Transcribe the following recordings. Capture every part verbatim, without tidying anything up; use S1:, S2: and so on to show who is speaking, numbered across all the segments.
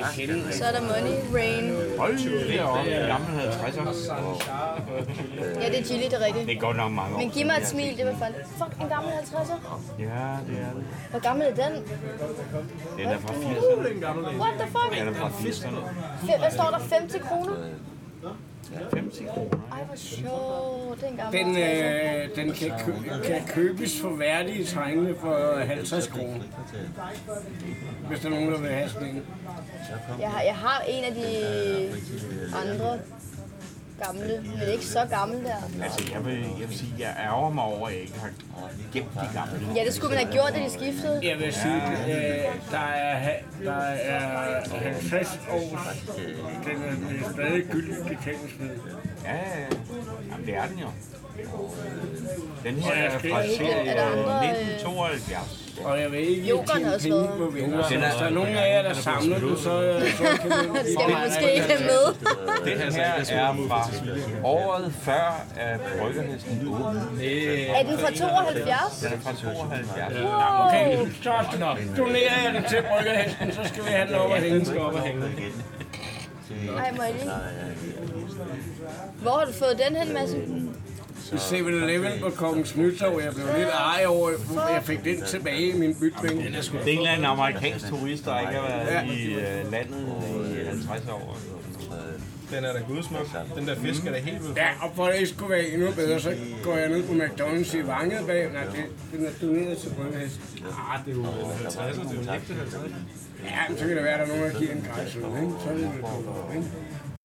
S1: Så er der Money, Rain.
S2: Hold det er oppe i gamle halvtredser.
S1: Ja, det er chili, det er rigtigt.
S2: Det er godt nok mange år.
S1: Men giv mig et smil, det var fandme. Fuck, en gammel halvtredser.
S2: Ja, det er det.
S1: Hvor gammel er den?
S2: Den er fra firserne.
S1: What the fuck?
S2: Den er fra firserne.
S1: Hvad står der? femten kroner?
S2: femten kroner.
S1: Ej, hvor sjovt. Det er en gammel
S3: Den,
S1: halvtredser.
S3: øh, den kan, kø- kan købes for værdige tegne for halvtreds kroner. Hvis der er nogen, der vil have sådan en.
S1: Jeg har, jeg har en af de andre gamle, men ikke så gammel der.
S2: Altså, jeg vil, jeg vil sige, jeg ærger mig over, at jeg ikke har gemt de gamle.
S1: Ja, det skulle man have gjort, da de skiftede.
S3: Jeg vil sige, øh, der er, ha- der er halvtreds år. Den er stadig gyldig betalingsmiddel.
S2: Ja, ja, ja. Jamen, det er den jo. Den her er fra
S1: Er der
S2: serie
S1: andre, øh,
S2: nitten tooghalvfjerds.
S3: Og jeg vil ikke
S1: Jokeren
S3: tjene
S1: har også
S3: penge
S1: været.
S3: på venner. Så
S2: Den er-
S3: hvis der er nogen af jer, der samler den, så, så kan vi...
S1: Skal vi måske ikke have med?
S2: Den her er fra året før, at Bryggerhesten åbnede.
S1: Er den fra tooghalvfjerds?
S2: Den er fra tooghalvfjerds.
S3: Okay, så donerer jeg den til Bryggerhesten, så skal vi have den op og hænge. Skal op og hænge.
S1: Ej, må jeg lige? Hvor har du fået den hen, Madsen?
S3: I seven eleven på Kongens Nytorv. Jeg blev lidt ej over, at jeg fik den tilbage i min bytning.
S2: Det er en eller anden amerikansk turist, der ikke har været i uh, landet i halvtreds år.
S4: Den er da gudsmuk. Den der fisk er da helt vildt.
S3: Ja, og for at det skulle være endnu bedre, så går jeg ned på McDonald's i Vangebag. Nej, det, den er doneret til Bryggerhesten.
S4: Ah, det er jo halvtredser, det er jo en ægte halvtredser.
S3: Ja, men så kan det være, at der er nogen, der giver en gratis ud, ikke? Så er det jo på, ikke?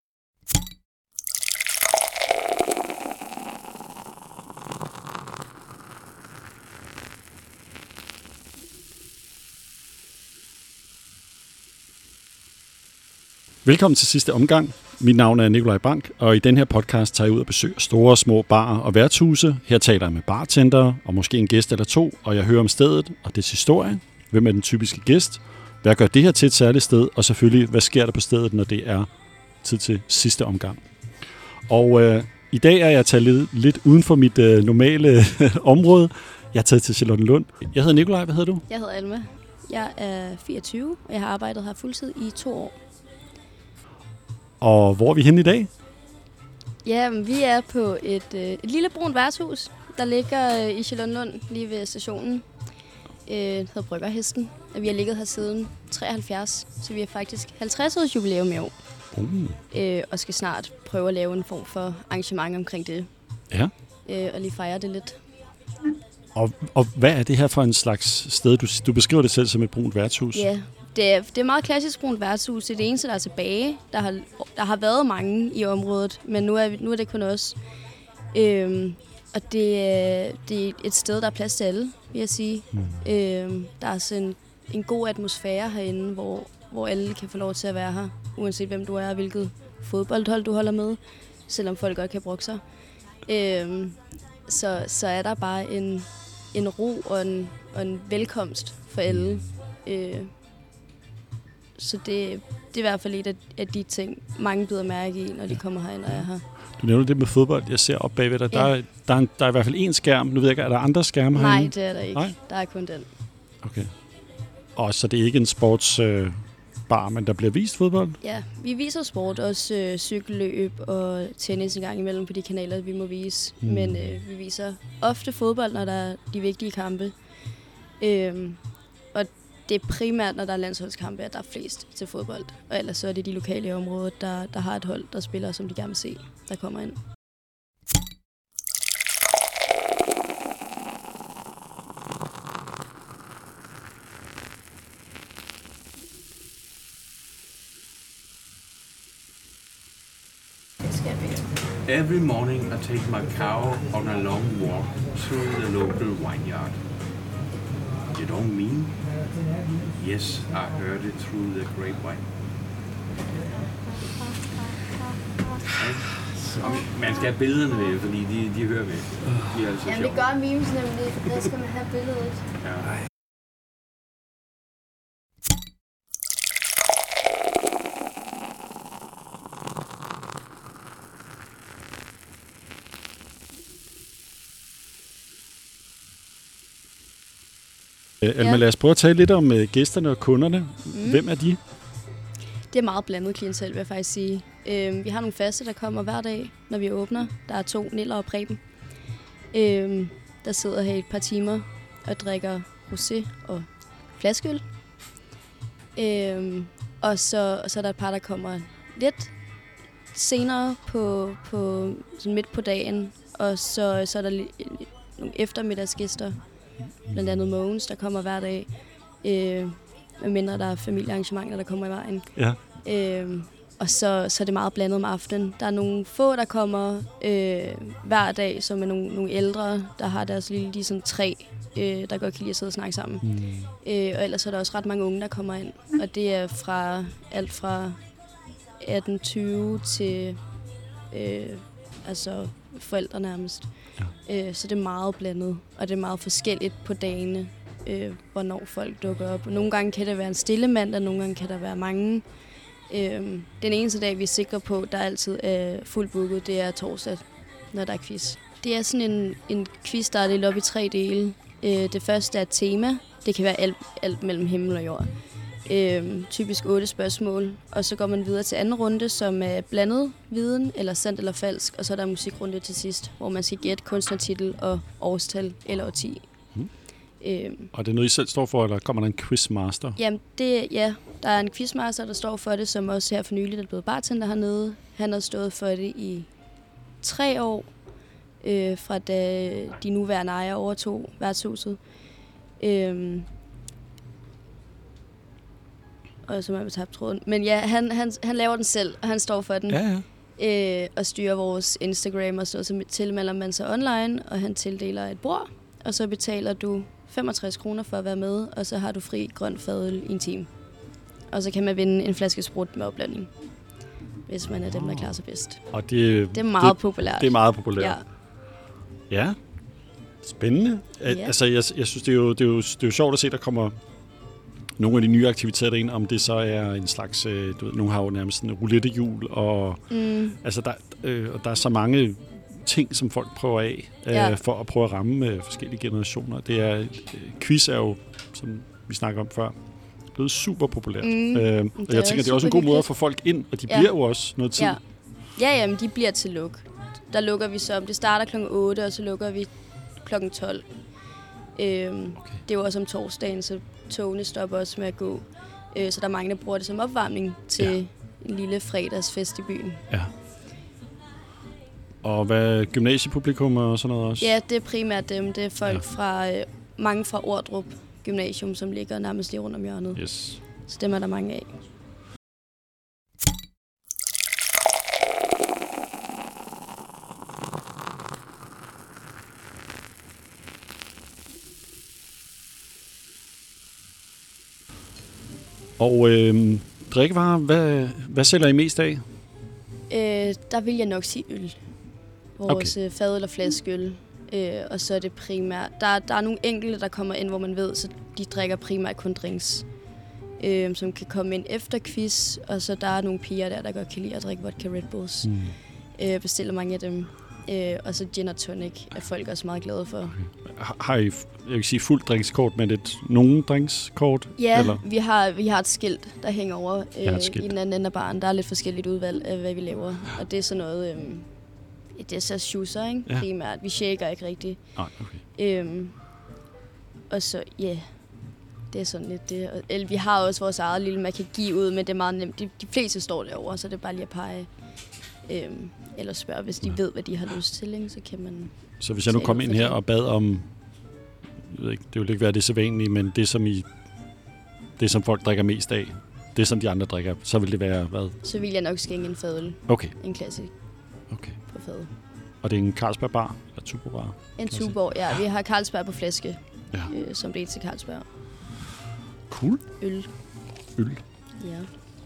S5: Velkommen til sidste omgang. Mit navn er Nikolaj Bank, og i den her podcast tager jeg ud og besøger store og små barer og værtshuse. Her taler jeg med bartendere og måske en gæst eller to, og jeg hører om stedet og dets historie. Hvem er den typiske gæst? Hvad gør det her til et særligt sted? Og selvfølgelig, hvad sker der på stedet, når det er tid til sidste omgang? Og øh, i dag er jeg taget lidt, lidt uden for mit øh, normale område. Jeg er taget til Charlottenlund. Jeg hedder Nikolaj, hvad hedder du?
S6: Jeg hedder Alma. Jeg er fireogtyve, og jeg har arbejdet her fuldtid i to år.
S5: Og hvor er vi henne i dag?
S6: Ja, men vi er på et, øh, et lille brunt værtshus, der ligger øh, i Charlottenlund, lige ved stationen. Øh, det hedder Bryggerhesten, og vi har ligget her siden treoghalvfjerds, så vi har faktisk halvtreds års jubilæum i år.
S5: Uh.
S6: Øh, og skal snart prøve at lave en form for arrangement omkring det.
S5: Ja.
S6: Øh, og lige fejre det lidt.
S5: Og, og hvad er det her for en slags sted? Du, du beskriver det selv som et brunt værtshus.
S6: Ja, det er, det er meget klassisk brunt værtshus. Det er det eneste, der er tilbage. Der har, der har været mange i området, men nu er, nu er det kun os. Øhm, og det, det er et sted, der er plads til alle, vil jeg sige. Mm. Øhm, der er sådan en, en god atmosfære herinde, hvor, hvor alle kan få lov til at være her, uanset hvem du er og hvilket fodboldhold du holder med, selvom folk godt kan brokke sig. Øhm, så, så er der bare en, en ro og en, og en velkomst for alle. Øh, så det, det er i hvert fald et af, af de ting, mange bider mærke i, når de kommer herind og er her.
S5: Du nævner det med fodbold. Jeg ser op bagved dig. Ja. Der, er, der, er en, der er i hvert fald én skærm. Nu ved jeg ikke, er der andre skærme
S6: Nej,
S5: herinde?
S6: det er der ikke.
S5: Nej?
S6: Der er kun den.
S5: Okay. Og så det er ikke en sportsbar, øh, bar, men der bliver vist fodbold?
S6: Ja, vi viser sport, også øh, cykelløb og tennis en gang imellem på de kanaler, vi må vise. Mm. Men øh, vi viser ofte fodbold, når der er de vigtige kampe. Øhm, og det er primært, når der er landsholdskampe, at der er flest til fodbold. Og ellers så er det de lokale områder, der, der har et hold, der spiller, som de gerne vil se, der kommer ind.
S2: Every morning I take my cow on a long walk through the local vineyard. You don't mean? Yes, I heard it through the grapevine. Man skal have billederne med, fordi de, de hører med. De er altså
S1: Jamen det gør memes nemlig, der skal man have billedet.
S2: Ja.
S5: Alma, lad os prøve at tale lidt om uh, gæsterne og kunderne. Mm. Hvem er de?
S6: Det er meget blandet klientel, vil jeg faktisk sige. Øh, vi har nogle faste, der kommer hver dag, når vi åbner. Der er to, Niller og Preben, øh, der sidder her i et par timer og drikker rosé og flaskeøl. Øh, og, så, og så er der et par, der kommer lidt senere på, på sådan midt på dagen. Og så, så er der li- nogle eftermiddagsgæster, blandt andet Mogens, der kommer hver dag. Øh, medmindre der er familiearrangementer, der kommer i vejen.
S5: Ja.
S6: Øh, og så, så er det meget blandet om aftenen. Der er nogle få, der kommer øh, hver dag, som er nogle, nogle ældre, der har deres lille, de er sådan tre, øh, der godt kan lide at sidde og snakke sammen. Mm. Øh, og ellers er der også ret mange unge, der kommer ind. Og det er fra alt fra atten tyve til øh, altså forældre nærmest. Ja. Øh, så det er meget blandet, og det er meget forskelligt på dagene, øh, hvornår folk dukker op. Nogle gange kan det være en stille mandag, nogle gange kan der være mange. Øh, den eneste dag, vi er sikre på, der altid er fuldt booket, det er torsdag, når der er quiz. Det er sådan en, en quiz, der er delt op i tre dele. Øh, det første er et tema. Det kan være alt, alt mellem himmel og jord. Øh, typisk otte spørgsmål, og så går man videre til anden runde, som er blandet viden, eller sandt eller falsk, og så er der musikrunde til sidst, hvor man skal gætte kunstnertitel og årstal eller årti. Hmm. Øh,
S5: og det er noget, I selv står for, eller kommer der en quizmaster?
S6: Jamen, det, ja, der er en quizmaster, der står for det, som også her for nyligt er blevet bartender hernede. Han har stået for det i tre år, øh, fra da de nuværende ejere overtog værtshuset. Øh, og så har vi tabt tråden. Men ja, han, han, han laver den selv, og han står for den.
S5: Ja,
S6: ja. Øh, og styrer vores Instagram og så, så tilmelder man sig online, og han tildeler et bord, og så betaler du femogtres kroner for at være med, og så har du fri grøn fadøl i en time. Og så kan man vinde en flaske sprut med opblanding, hvis man er dem, der klarer sig bedst.
S5: Og det,
S6: det er meget
S5: det,
S6: populært.
S5: Det er meget populært.
S6: Ja.
S5: Ja. Spændende. Ja. Altså, jeg, jeg synes, det er, jo, det, er jo, det er jo sjovt at se, der kommer nogle af de nye aktiviteter ind, om det så er en slags, du ved, nogle har jo nærmest en roulettehjul, og mm. altså, der, øh, der er så mange ting, som folk prøver af, øh, ja. for at prøve at ramme øh, forskellige generationer. Det er, øh, quiz er jo, som vi snakker om før, blevet super populært. Mm. Øh, og jeg tænker, det er også en god måde at få folk ind, og de ja. bliver jo også noget tid.
S6: Ja, ja jamen, de bliver til luk. Der lukker vi så, det starter klokken otte, og så lukker vi klokken tolv. Øhm, okay. Det er jo også om torsdagen, så togene stopper også med at gå. Øh, så der er mange, der bruger det som opvarmning til ja. en lille fredagsfest i byen.
S5: Ja. Og hvad gymnasiepublikum og sådan noget også?
S6: Ja, det er primært dem. Det er folk ja. fra, øh, mange fra Ordrup Gymnasium, som ligger nærmest lige rundt om hjørnet.
S5: Yes.
S6: Så dem er der mange af.
S5: Og øh, drikkevarer, hvad, hvad sælger I mest af?
S6: Øh, der vil jeg nok sige øl. Vores okay. fadøl og flaskeøl. Øh, og så er det primært... Der, der er nogle enkelte, der kommer ind, hvor man ved, så de drikker primært kun drinks. Øh, som kan komme ind efter quiz. Og så der er nogle piger der, der godt kan lide at drikke vodka Red Bulls. Mm. Øh, bestiller mange af dem. Øh, og så gin og tonic er folk også meget glade for.
S5: Okay. Har I, jeg vil sige, fuldt drinkskort, men et nogen drinkskort?
S6: Ja,
S5: eller?
S6: Vi, har, vi har et skilt, der hænger over øh, i den anden ende af baren. Der er lidt forskelligt udvalg af, hvad vi laver. Og det er sådan noget... Øh, det er så schusser, ikke? Ja. Primært. Vi shaker ikke rigtigt.
S5: Nej, okay.
S6: Øhm, og så, ja, yeah, det er sådan lidt det. Og, eller, vi har også vores eget lille, man kan give ud, men det er meget nemt. De, de fleste står derovre, så det er bare lige at pege. Øhm, eller spørge, hvis de ja. ved, hvad de har lyst til, ikke? Så kan man...
S5: Så hvis jeg nu kom ind her og bad om, jeg ved ikke, det ville ikke være det sædvanlige, men det som I, det som folk drikker mest af, det som de andre drikker, så vil det være hvad?
S6: Så vil jeg nok skænke en fadøl.
S5: Okay.
S6: En klassik.
S5: Okay.
S6: På fad.
S5: Og det er en Carlsberg bar eller Tuborg bar?
S6: En Tuborg, ja. Vi har Carlsberg på flaske, ja. øh, som det er til Carlsberg.
S5: Cool.
S6: Øl.
S5: Øl.
S6: Ja.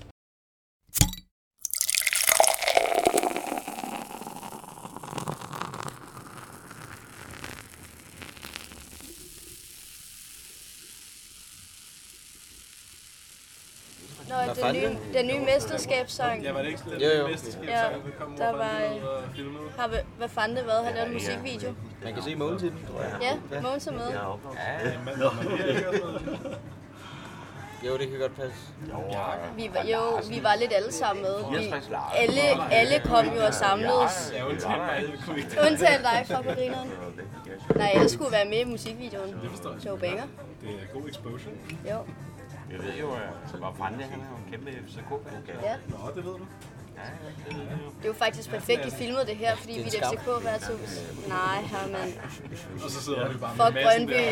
S6: Nå, den nye, den nye mesterskabssang.
S4: Ja, var det ikke sådan
S7: jo, jo.
S4: en mesterskabssang,
S6: ja,
S4: vi kom
S6: der
S4: over
S6: var,
S4: og filmede?
S6: Har vi, hvad fanden det været? Har lavet en musikvideo?
S7: Man kan se Mogens i den, tror jeg.
S6: Ja, Mogens er med.
S7: Ja, Jo, det kan godt passe. Jo,
S1: Vi var, jo, vi var lidt alle sammen med. Vi, alle, alle kom jo og samledes. Undtagen dig fra på grineren. Nej, alle skulle være med i musikvideoen. Show banger.
S4: Det er god exposure.
S1: Jo.
S7: Jeg ved jo, at hvor Frande, han er jo en kæmpe F C K-fan.
S1: Ja.
S4: Nå, det ved du.
S1: Det er jo faktisk perfekt, I filmede det her, fordi vi er et F C K-værtshus. Nej, Herman.
S4: Og så sidder vi bare
S1: Fuck
S4: med
S1: Brøndby.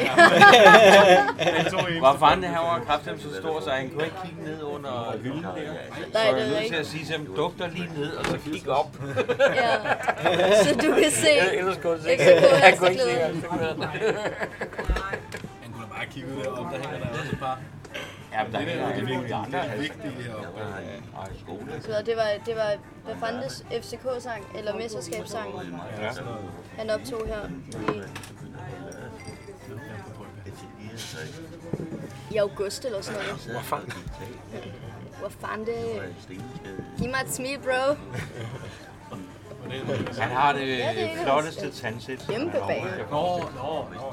S7: Hvor Frande, han var kraftigt så stor, så han kunne ikke kigge ned under hylden der. Så jeg er nødt til at sige til ham, duk dig lige ned, og så kig op.
S1: Ja. Så du kan se
S7: Ellers kunne
S1: F C K-værkstedklæder.
S4: Han kunne da bare kigge ud deroppe, der hænger der også et par.
S7: Ja, men der
S4: Det er
S7: er
S4: det
S7: jo
S4: vigtige,
S7: andre.
S4: det er vigtigt heroppe.
S1: Så det var, det var hvad fandtes F C K-sang, eller mesterskabssang, han optog her i, i august eller sådan noget.
S7: Hvor fanden?
S1: Hvor fanden det? Giv mig et smil, bro.
S7: Han har det
S1: Ja, det er det.
S7: flotteste tandsæt.
S1: Kæmpe banger.
S4: Nå, nå, nå.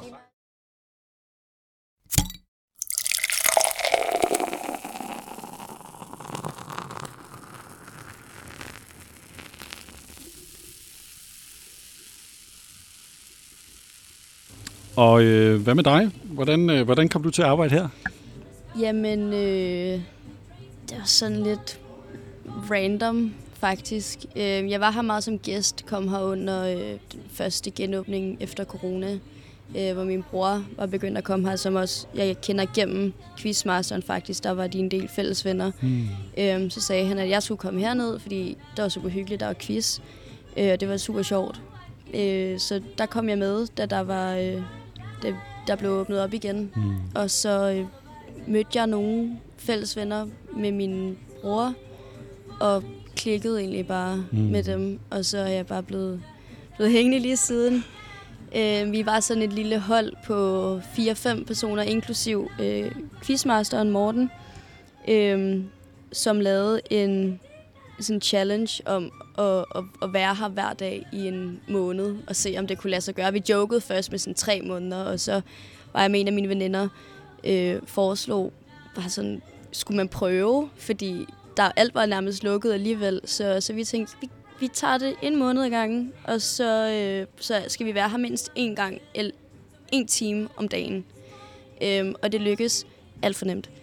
S5: Og øh, hvad med dig? Hvordan, øh, hvordan kom du til at arbejde her?
S6: Jamen, øh, det var sådan lidt random, faktisk. Øh, jeg var her meget som gæst, kom her under øh, den første genåbning efter corona, øh, hvor min bror var begyndt at komme her, som også jeg kender gennem Quizmasteren faktisk. Der var de en del fælles venner. Mm. Øh, så sagde han, at jeg skulle komme herned, fordi det var super hyggeligt, der var quiz, øh, og det var super sjovt. Øh, så der kom jeg med, da der var... Øh, det, der blev åbnet op igen. Mm. Og så øh, mødte jeg nogle fælles venner med min bror, og klikkede egentlig bare mm. med dem. Og så er jeg bare blevet, blevet hængende lige siden. Øh, vi var sådan et lille hold på fire fem personer, inklusiv øh, quizmasteren Morten, øh, som lavede en sådan challenge om at, at, at være her hver dag i en måned og se, om det kunne lade sig gøre. Vi jokede først med sådan tre måneder, og så var jeg med en af mine veninder, øh, foreslog, bare sådan, skulle man prøve, fordi der alt var nærmest lukket alligevel, så, så vi tænkte, vi, vi tager det en måned ad gangen, og så, øh, så skal vi være her mindst en gang, eller en time om dagen. Øh, og det lykkes alt for nemt.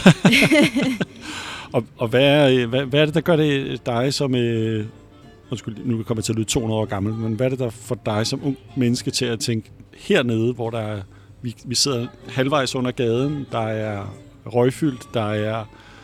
S5: Og, og hvad, er, hvad, hvad er det, der gør det dig som... Øh, undskyld, nu kommer jeg til at lyde to hundrede år gammel, men hvad er det, der får dig som ung menneske til at tænke hernede, hvor der er, vi, vi sidder halvvejs under gaden, der er røgfyldt, der er...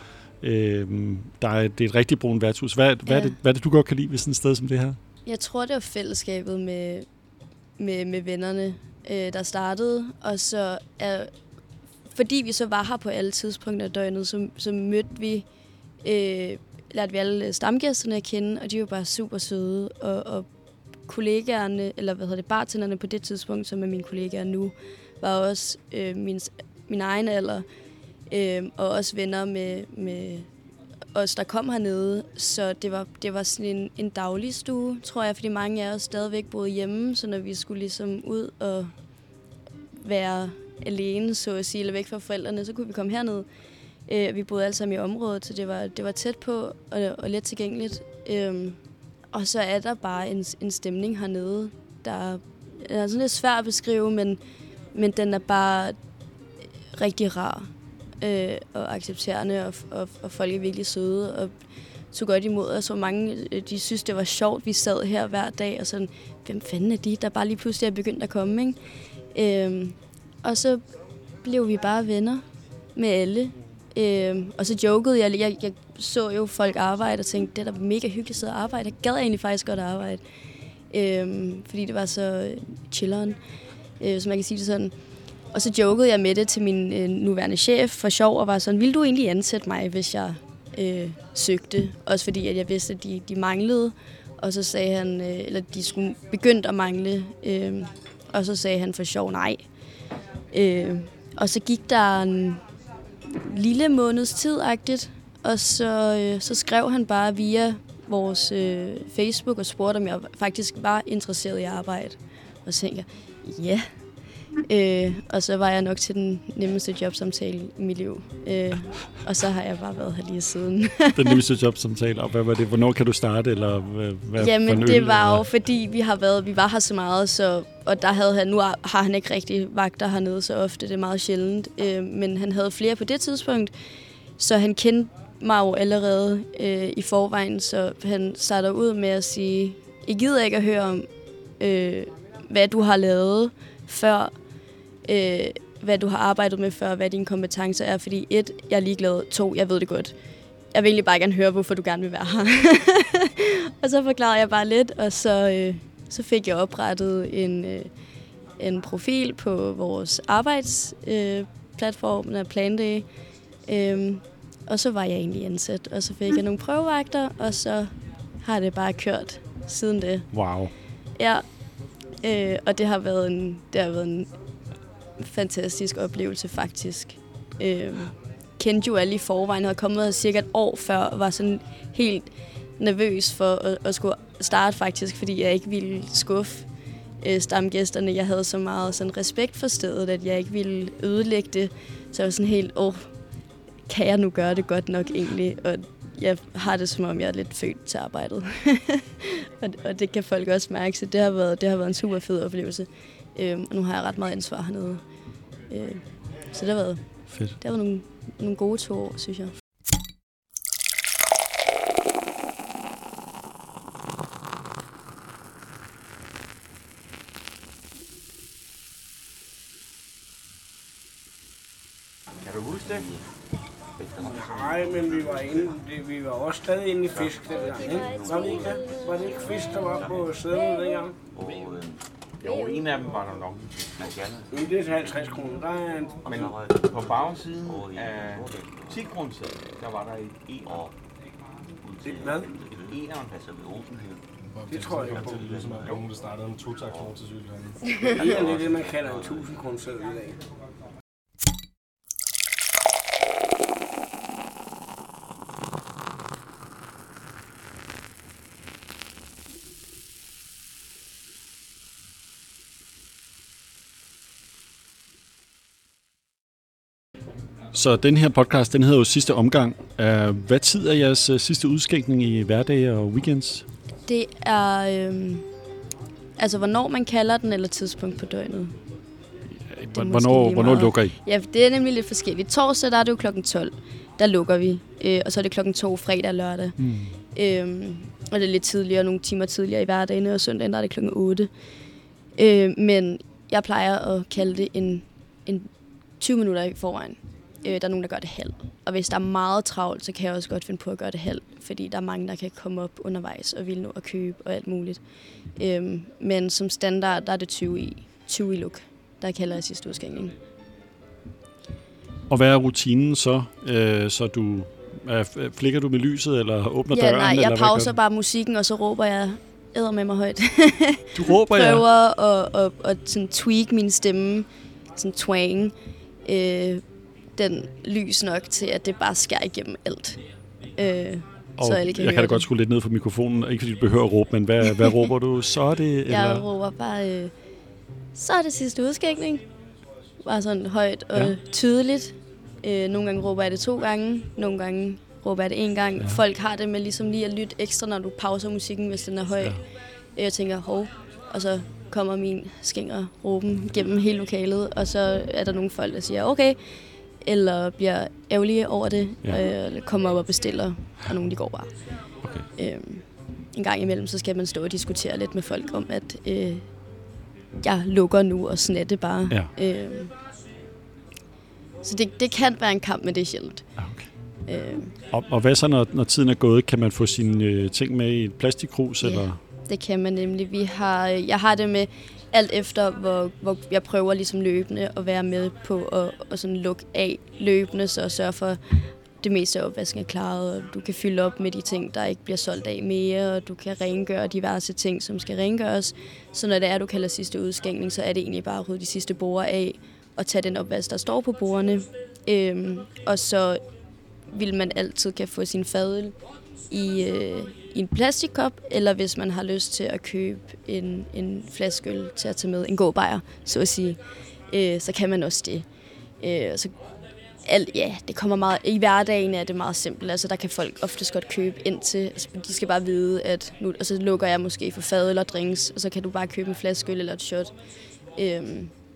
S5: Øh, der er, det er et rigtig brunt værtshus. Hvad, ja. hvad, er det, hvad er det, du godt kan lide ved sådan et sted som det her?
S6: Jeg tror, det var fællesskabet med, med, med vennerne, øh, der startede. Og så er, fordi vi så var her på alle tidspunkter af døgnet, så, så mødte vi, øh, lærte vi alle stamgæsterne at kende, og de var bare super søde. Og, og kollegaerne, eller hvad hedder det, bartenderne på det tidspunkt, som er mine kollegaer nu, var også øh, min, min egen alder. Øhm, og også venner med, med os, der kom hernede. Så det var, det var sådan en, en daglig stue, tror jeg, fordi mange af os stadigvæk boede hjemme, så når vi skulle ligesom ud og være alene, så at sige, eller væk fra forældrene, så kunne vi komme herned. Øh, vi boede alle sammen i området, så det var, det var tæt på og, og let tilgængeligt. Øhm, og så er der bare en, en stemning hernede, der er sådan lidt svær at beskrive, men, men den er bare rigtig rar. Øh, og accepterende, og, og, og folk er virkelig søde og så godt imod os. Så mange, de synes, det var sjovt, vi sad her hver dag, og sådan, hvem fanden er de, der bare lige pludselig er begyndt at komme, ikke? Øh, og så blev vi bare venner med alle. Øh, og så jokede jeg, jeg, jeg så jo folk arbejde og tænkte, det er da mega hyggeligt at sidde og arbejde. Jeg gad egentlig faktisk godt at arbejde, øh, fordi det var så chilleren, øh, så man kan sige det sådan. Og så jokede jeg med det til min øh, nuværende chef for sjov, og var sådan, ville du egentlig ansætte mig, hvis jeg øh, søgte? Også fordi, at jeg vidste, at de, de manglede. Og så sagde han, øh, eller de skulle begyndt at mangle. Øh, og så sagde han for sjov nej. Øh, og så gik der en lille måneds tid-agtigt, og så, øh, så skrev han bare via vores øh, Facebook og spurgte, om jeg faktisk var interesseret i arbejde. Og så tænkte jeg, ja... Øh, og så var jeg nok til den nemmeste jobsamtale i mit liv. Øh, og så har jeg bare været her lige siden.
S5: Den nemmeste jobsamtale, og hvad var det? Hvornår kan du starte? Eller hvad,
S6: Jamen
S5: øl,
S6: det var
S5: eller?
S6: jo fordi, vi har været, vi var her så meget, så, og der havde han, nu har han ikke rigtig vagter hernede så ofte, det er meget sjældent. Øh, men han havde flere på det tidspunkt, så han kendte mig jo allerede øh, i forvejen, så han starter ud med at sige, jeg gider ikke at høre om, øh, hvad du har lavet før, øh, hvad du har arbejdet med før, hvad dine kompetencer er, fordi et, jeg er ligeglad, to, jeg ved det godt. Jeg vil egentlig bare gerne høre, hvorfor du gerne vil være her. Og så forklarede jeg bare lidt, og så, øh, så fik jeg oprettet en, øh, en profil på vores arbejdsplatform, øh, Planday. Øh, og så var jeg egentlig ansat, og så fik jeg nogle prøvevagter, og så har det bare kørt siden det.
S5: Wow.
S6: Ja, øh, og det har været en, det har været en fantastisk oplevelse faktisk. Øh, kendte jo alle i forvejen, havde kommet her cirka et år før, og var sådan helt nervøs for at, at skulle starte faktisk, fordi jeg ikke ville skuffe øh, stamgæsterne. Jeg havde så meget sådan respekt for stedet, at jeg ikke ville ødelægge det. Så jeg var sådan helt, åh, kan jeg nu gøre det godt nok egentlig? Og jeg har det som om, jeg er lidt født til arbejdet. og, og det kan folk også mærke, så det har været, det har været en super fed oplevelse. Øh, og nu har jeg ret meget ansvar hernede. Øh, så det har været,
S5: fedt.
S6: Det har været nogle, nogle gode to år, synes jeg.
S7: Kan du huske det?
S3: Nej, men vi var, inde, vi var også stadig inde i fisk dengang, ikke? Var det ikke, var det ikke fisk, der var på sæderne dengang?
S7: Jo, en af dem var der nok.
S3: Men det er til halvtreds kroner. Der er en...
S7: Men på bagsiden af ti kroner, der var der et eneren.
S3: Hvad?
S7: Eneren.
S3: Det tror jeg ikke på.
S4: Det er som at nogen, der startede en to-taks motorcykel.
S3: Det er det, man kalder en tusind kroner sæd i dag.
S5: Så den her podcast, den hedder jo Sidste Omgang. Hvad tid er jeres sidste udskænkning i hverdage og weekends?
S6: Det er, øh, altså hvornår man kalder den, eller tidspunkt på døgnet.
S5: Hvornår, hvornår lukker I?
S6: Ja, det er nemlig lidt forskelligt. Torsdag, der er det jo klokken tolv. Der lukker vi. Øh, og så er det klokken to fredag og lørdag. Mm. Øh, og det er lidt tidligere, nogle timer tidligere i hverdagen, og søndag der er det klokken otte. Øh, men jeg plejer at kalde det en, en tyve minutter i forvejen. Øh, der er nogen, der gør det halv. Og hvis der er meget travlt, så kan jeg også godt finde på at gøre det halv. Fordi der er mange, der kan komme op undervejs og vil nå at købe og alt muligt. Øh, men som standard, der er det tyve i, tyve i luk. Der kalder jeg sidste udskænkning.
S5: Og hvad er rutinen så? Øh, så du øh, flikker du med lyset, eller åbner
S6: ja,
S5: døren?
S6: Nej, jeg
S5: eller
S6: pauser bare musikken, og så råber jeg æder med mig højt.
S5: Du råber, ja?
S6: Prøver at, at, at sådan tweak min stemme, sådan twang, øh, den lys nok til, at det bare skærer igennem alt. Øh,
S5: og
S6: så alle kan
S5: jeg kan da godt skrue lidt ned for mikrofonen, ikke fordi du behøver at råbe, men hvad, hvad råber du? Så er det... Eller?
S6: Jeg råber bare... Øh, Så er det sidste udskænkning. Bare sådan højt og ja. tydeligt. Øh, nogle gange råber jeg det to gange, nogle gange råber jeg det en gang. Ja. Folk har det med ligesom lige at lytte ekstra, når du pauser musikken, hvis den er høj. Ja. Jeg tænker, hov, og så kommer min skænger råben gennem hele lokalet, og så er der nogle folk, der siger, okay, eller bliver ærgerlige over det, ja. eller kommer op og bestiller, og nogle de går bare. Okay. Øh, en gang imellem, så skal man stå og diskutere lidt med folk om, at... Øh, jeg lukker nu og snatte bare. Ja. Øh, så det, det kan være en kamp, men det er sjældent.
S5: Okay. Øh. Og, og hvad så, når, når tiden er gået? Kan man få sine øh, ting med i et plastikkrus?
S6: Ja,
S5: eller?
S6: Det kan man nemlig. Vi har, jeg har det med alt efter, hvor, hvor jeg prøver ligesom løbende at være med på at, at sådan lukke af løbende, så sørge for, det meste af opvasken er klaret, og du kan fylde op med de ting, der ikke bliver solgt af mere, og du kan rengøre diverse ting, som skal rengøres. Så når det er, du kalder sidste udskænkning, så er det egentlig bare at rydde de sidste borde af, og tage den opvask, der står på bordene. Øhm, og så vil man altid kan få sin fadøl i, øh, i en plastikkop, eller hvis man har lyst til at købe en, en flaskeøl til at tage med, en gåbajer, så at sige. øh, så kan man også det. Øh, så alt, ja, det kommer meget, i hverdagen er det meget simpelt, altså der kan folk oftest godt købe ind til, altså, de skal bare vide, at nu, og så lukker jeg måske for fad eller drinks, og så kan du bare købe en flaske øl eller et shot. Øh,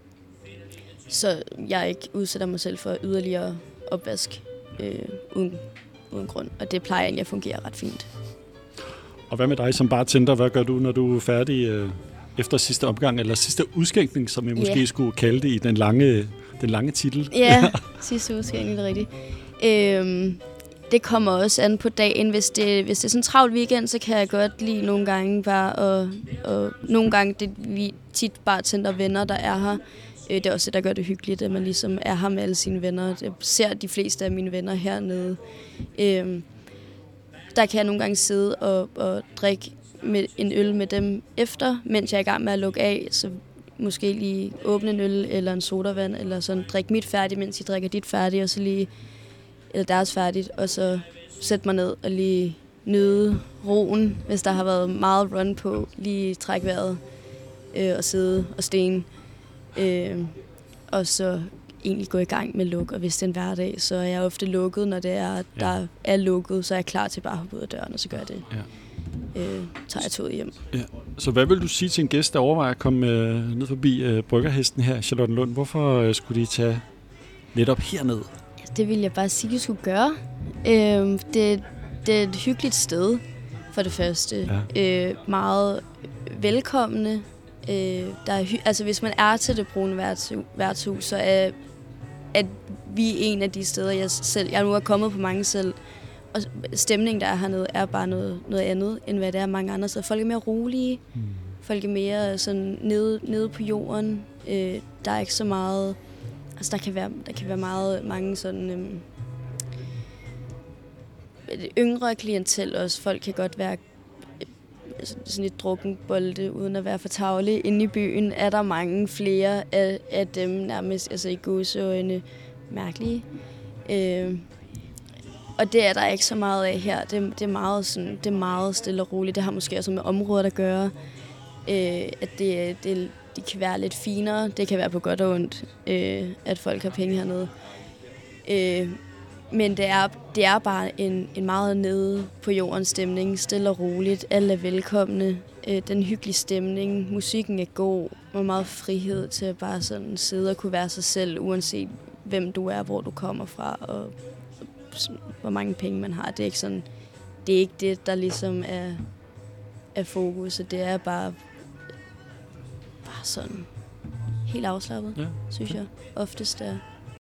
S6: så jeg ikke udsætter mig selv for yderligere opvask øh, uden, uden grund, og det plejer egentlig at fungere ret fint.
S5: Og hvad med dig som bartender? Hvad gør du, når du er færdig øh, efter sidste omgang, eller sidste udskænkning, som jeg måske yeah. skulle kalde det i den lange, den lange titel?
S6: Ja, sidste udskænkning, det er rigtigt. Øhm, det kommer også an på dagen. Hvis det, hvis det er sådan en travl weekend, så kan jeg godt lide nogle gange bare, og, og nogle gange det vi tit bartender venner, der er her. Det er også det, der gør det hyggeligt, at man ligesom er her med alle sine venner. Jeg ser de fleste af mine venner hernede. Øhm, der kan jeg nogle gange sidde og, og drikke med en øl med dem efter, mens jeg er i gang med at lukke af. Så måske lige åbne en øl eller en sodavand, eller sådan drikke mit færdigt, mens I drikker dit færdigt, og så lige, eller deres færdigt, og så sætte mig ned og lige nyde roen, hvis der har været meget run på, lige trække vejret øh, og sidde og stene. Øh, og så egentlig gå i gang med luk, og hvis det er en hverdag, så er jeg ofte lukket, når det er, der ja. er lukket, så er jeg klar til bare at hoppe ud af døren, og så gør jeg det. Ja. Øh, tager jeg toget hjem. Ja.
S5: Så hvad vil du sige til en gæst, der overvejer at komme øh, ned forbi øh, bryggerhesten her, Charlottenlund? Hvorfor øh, skulle de tage netop herned?
S6: Ja, det vil jeg bare sige, de skulle gøre. Øh, det, det er et hyggeligt sted, for det første. Ja. Øh, meget velkomne. Øh, der er hy- altså hvis man er til det brune værtshus, værtshus så er at vi en af de steder, jeg selv, jeg nu er kommet på mange selv, og stemningen, der er hernede, er bare noget, noget andet, end hvad det er mange andre steder. Folk er mere rolige, mm. folk er mere sådan nede, nede på jorden. Øh, der er ikke så meget, altså der kan være, der kan være meget, mange sådan øhm, yngre klientel også. Folk kan godt være sådan et drukkenbolde, uden at være for tarvelig. Inde i byen er der mange flere af, af dem nærmest, altså i gåseøjne, mærkelige. Øh, og det er der ikke så meget af her. Det, det, er, meget sådan, det er meget stille og roligt. Det har måske også med området at gøre. Øh, at det, det, det kan være lidt finere. Det kan være på godt og ondt, øh, at folk har penge hernede. Øh, Men det er, det er bare en, en meget nede på jordens stemning, stille og roligt. Alle er velkomne. Øh, den hyggelige stemning, musikken er god, og meget frihed til at bare sådan sidde og kunne være sig selv, uanset hvem du er, hvor du kommer fra, og, og hvor mange penge man har. Det er ikke sådan, det er ikke det, der ligesom er, er fokus. Det er bare, bare sådan helt afslappet, ja. Synes jeg oftest er.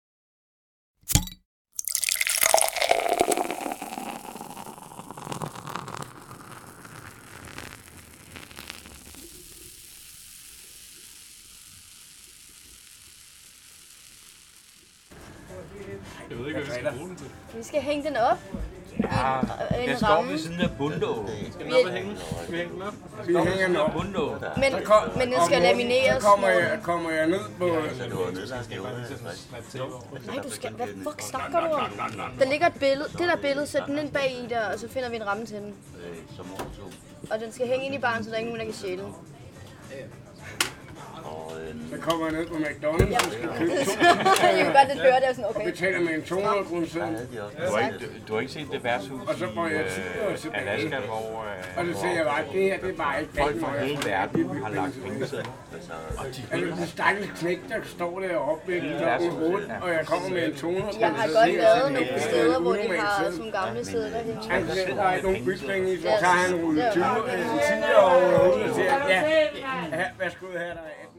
S4: Jeg ved ikke, hvad vi skal bruge den til.
S1: Vi skal hænge den op.
S7: Ja, den står ved siden af bundå.
S4: Skal den op og hænge? Skal vi hænge den op?
S3: Vi hænger den op.
S1: Men, men den skal lamineres.
S3: Så kommer jeg, kommer jeg ned på...
S1: Nej, du skal... Hvad fuck snakker du om? Der ligger et billede. Det der billede, sæt den ind bag i der, og så finder vi en ramme til den. Og den skal hænge ind i baren, så der er ingen, der kan stjæle den.
S3: Så kommer jeg ned på McDonald's, og skal købe to.
S1: Jeg kan godt lidt høre det, og sådan, okay.
S3: Og betaler med en to hundrede kroner selv.
S7: Du har ikke, du har ikke set det værtshus
S3: og så får jeg
S7: i øh, Alaska, hvor... Øh,
S3: og det siger jeg bare, det her, det er bare ikke...
S7: Folk fra hele verden har lagt penge til.
S3: Altså, de stakkels knæk, der står deroppe, ikke? Der er rundt, og jeg kommer med en to hundrede kroner.
S1: Jeg har godt været nogle steder, hvor de har sådan gamle steder.
S3: Han glemmer, der er ikke nogen bytpenge i, så tager han en rulle tyve og ud og siger, ja, værsgo her, der er atten.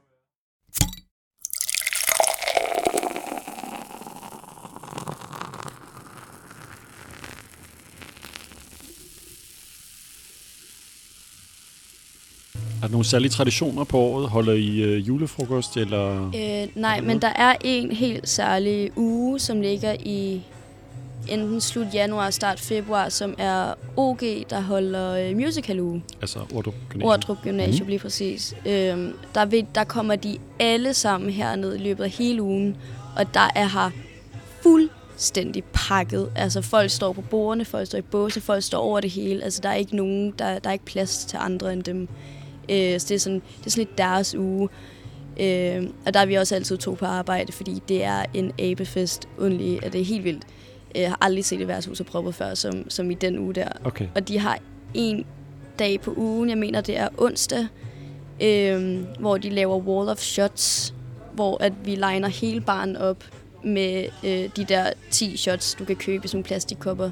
S5: Er der nogle særlige traditioner på året? Holder I øh, julefrokost, eller?
S6: Øh, nej, men der er en helt særlig uge, som ligger i enten slut januar og start februar, som er O G, der holder øh, musicaluge.
S5: Altså Ordrup Gymnasium.
S6: Ordrup Gymnasium, mm. lige præcis. Øh, der, vil, der kommer de alle sammen herned i løbet af hele ugen, og der er her fuldstændig pakket. Altså folk står på bordene, folk står i båse, folk står over det hele. Altså der er ikke nogen, der, der er ikke plads til andre end dem. Øh, så det er sådan, det er sådan lidt deres uge. Øh, og der er vi også altid to på arbejde, fordi det er en abefest, undelig, og det er helt vildt. Jeg har aldrig set et værtshus og proppet før, som, som i den uge der.
S5: Okay.
S6: Og de har en dag på ugen, jeg mener det er onsdag, øh, hvor de laver wall of shots, hvor at vi liner hele baren op med øh, de der ti shots, du kan købe i sådan nogle plastikkopper.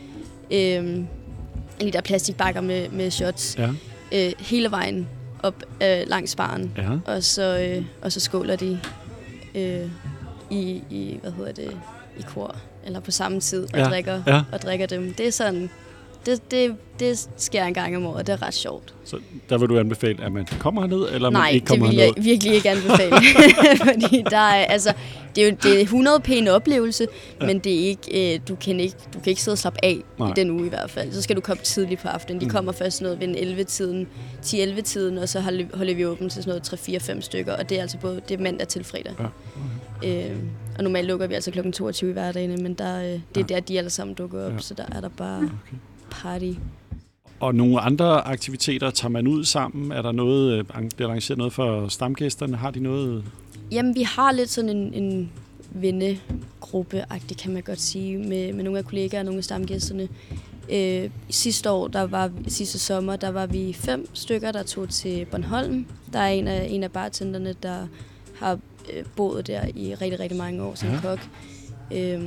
S6: Øh, de der plastikbakker med, med shots.
S5: Ja.
S6: Øh, hele vejen op øh, langs baren.
S5: Ja.
S6: Og, så, øh, og så skåler de øh, i, i, hvad hedder det, i kor, eller på samme tid, og,
S5: ja.
S6: drikker,
S5: ja.
S6: og drikker dem. Det er sådan, det, det, det sker en gang om året, det er ret sjovt.
S5: Så der vil du anbefale, at man kommer herned, eller
S6: Nej,
S5: man ikke kommer herned?
S6: Nej, det vil jeg virkelig ikke anbefale. Fordi der er, altså, det er jo det er hundrede pæne oplevelse, ja. Men det er ikke, øh, du, kan ikke, du kan ikke sidde og slappe af Nej. I den uge i hvert fald. Så skal du komme tidligt på aftenen. De kommer mm. først noget ved elleve-tiden, ti elleve tiden, og så holder vi åbent til sådan noget tre fire fem stykker, og det er altså både det er mandag til fredag. Ja. Okay. Øh, og normalt lukker vi altså klokken toogtyve i hverdagene, men der, øh, det er ja. Der, de alle sammen dukker op, ja. Så der er der bare okay. Party.
S5: Og nogle andre aktiviteter, tager man ud sammen? Er der noget, bliver arrangeret noget for stamgæsterne? Har de noget?
S6: Jamen, vi har lidt sådan en, en vennegruppe-agtig, kan man godt sige, med, med nogle af kollegaer og nogle af stamgæsterne. Øh, sidste år, der var sidste sommer, der var vi fem stykker, der tog til Bornholm. Der er en af, en af bartenderne, der har øh, boet der i rigtig, rigtig mange år som ja. Kok. Øh,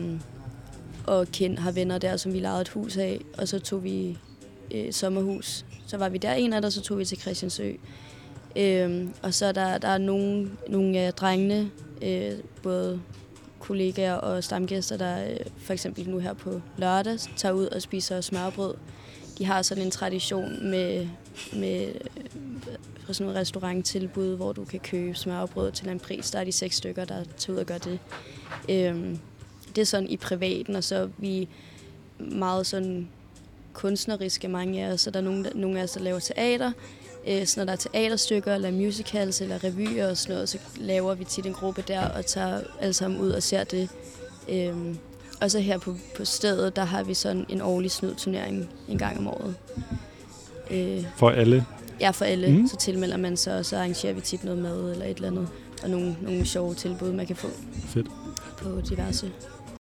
S6: og kendt har venner der, som vi lejede et hus af, og så tog vi øh, sommerhus. Så var vi der en af der, så tog vi til Christiansø. Øh, og så er der, der er nogle, nogle af drengene, øh, både kollegaer og stamgæster, der øh, for eksempel nu her på lørdag tager ud og spiser smørbrød. De har sådan en tradition med, med øh, sådan nogle restauranttilbud, hvor du kan købe smørbrød til en pris. Der er de seks stykker, der tager ud og gør det. Øh, Det er sådan i privaten, og så er vi meget sådan kunstneriske, mange af os. Så der er nogle, der, nogle af os, der laver teater. Øh, så når der er teaterstykker, eller musicals, eller revyer og sådan noget, så laver vi tit en gruppe der, og tager alle sammen ud og ser det. Øh, og så her på, på stedet, der har vi sådan en årlig snydturnering en gang om året. Øh,
S5: for alle?
S6: Ja, for alle. Mm. Så tilmelder man sig, og så arrangerer vi tit noget mad eller et eller andet. Og nogle, nogle sjove tilbud, man kan få.
S5: Fedt.
S6: På diverse.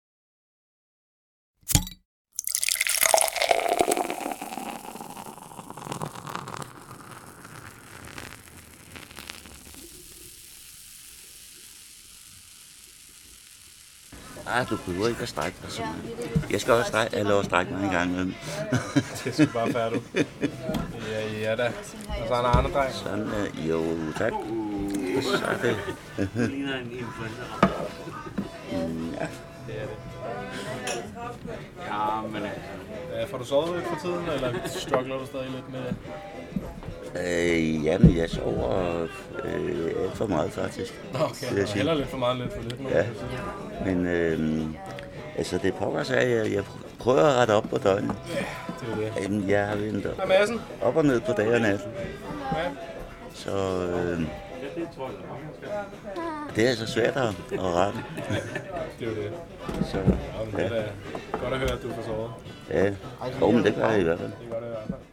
S8: Ah, du behøver ikke at strække dig så meget. Jeg skal også strække, eller også strække mig en gang imellem.
S4: Det skal bare færdigt. Ja, ja da. Og så er der andre dreng.
S8: Sådan, uh, jo, tak. Så er det.
S2: Det ligner en influencer.
S8: Mm, ja.
S4: Det er det.
S2: Ja, men...
S4: Ja, får du sovet lidt for tiden, eller struggler du stadig lidt med det?
S8: Øh, jamen, jeg sover øh, alt for meget, faktisk.
S4: Okay, jeg heller lidt for meget, lidt for lidt nu.
S8: Ja, men øh, altså, det pokker sig, at jeg, jeg prøver at rette op på døgnet.
S4: Ja, det er det.
S8: Jamen, jeg har ventet
S4: Madsen?
S8: Op og ned på dag og nat.
S4: Ja.
S8: Så øh, det er altså svært at, at rette.
S4: Det er jo det.
S8: Så,
S4: ja. Det er godt at høre, at du får sovet.
S8: Ja, oh, men det gør jeg i hvert fald.
S4: Det gør det i hvert fald.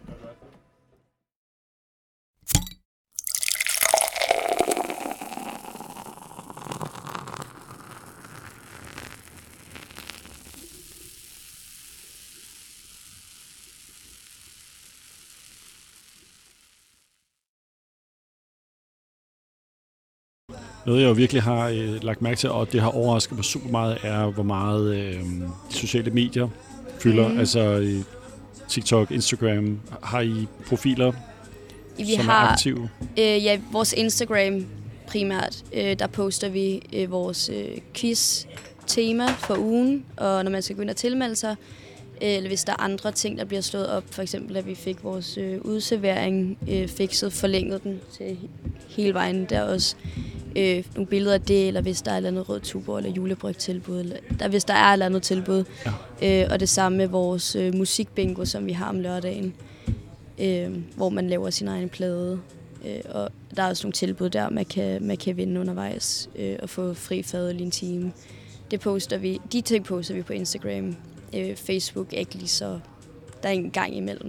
S5: Noget, jeg jo virkelig har øh, lagt mærke til, og det har overrasket mig super meget, er, hvor meget øh, de sociale medier fylder. Mm. Altså øh, TikTok, Instagram. Har I profiler,
S6: vi
S5: som
S6: har,
S5: er aktive?
S6: Øh, ja, vores Instagram primært. Øh, der poster vi øh, vores øh, quiz-tema for ugen, og når man skal gå ind og tilmelde sig, øh, eller hvis der er andre ting, der bliver slået op, for eksempel at vi fik vores øh, udservering øh, fikset, forlænget den til hele vejen der også. Øh, nogle billeder af det, eller hvis der er et eller andet rød tuborg eller julebryg-tilbud, eller der, hvis der er et eller andet tilbud. Ja. Øh, og det samme med vores øh, musikbingo, som vi har om lørdagen, øh, hvor man laver sin egen plade. Øh, og der er også nogle tilbud der, man kan, man kan vinde undervejs øh, og få fri fadøl i en time. Det poster vi, de ting poster vi på Instagram. Øh, Facebook er ikke lige så... Der er en gang imellem.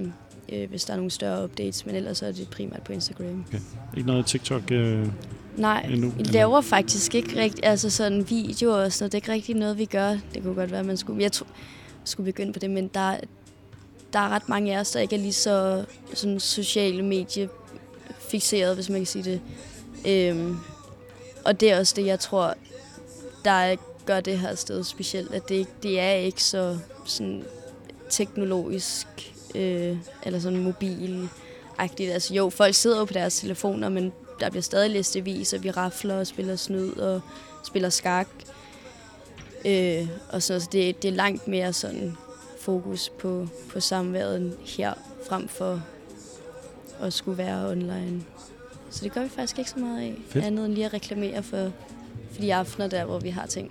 S6: øh, hvis der er nogle større updates, men ellers er det primært på Instagram.
S5: Okay. Ikke noget TikTok øh,
S6: Nej,
S5: endnu?
S6: vi laver faktisk ikke rigtig, altså sådan videoer og sådan noget, det er ikke rigtig noget, vi gør. Det kunne godt være, at man skulle, jeg tror, skulle begynde på det, men der, der er ret mange af os, der ikke er lige så sådan sociale medie fixeret, hvis man kan sige det. Øhm, og det er også det, jeg tror, der gør det her sted specielt, at det, det er ikke så sådan teknologisk øh, eller sådan mobilagtigt. Altså jo, folk sidder jo på deres telefoner, men der bliver stadig læst aviser, vi rafler og spiller snyd og spiller skak. Øh, og så, så det, det er langt mere sådan fokus på, på samværet her, frem for at skulle være online. Så det gør vi faktisk ikke så meget af. Fedt. Andet end lige at reklamere for, for de aftener der, hvor vi har ting.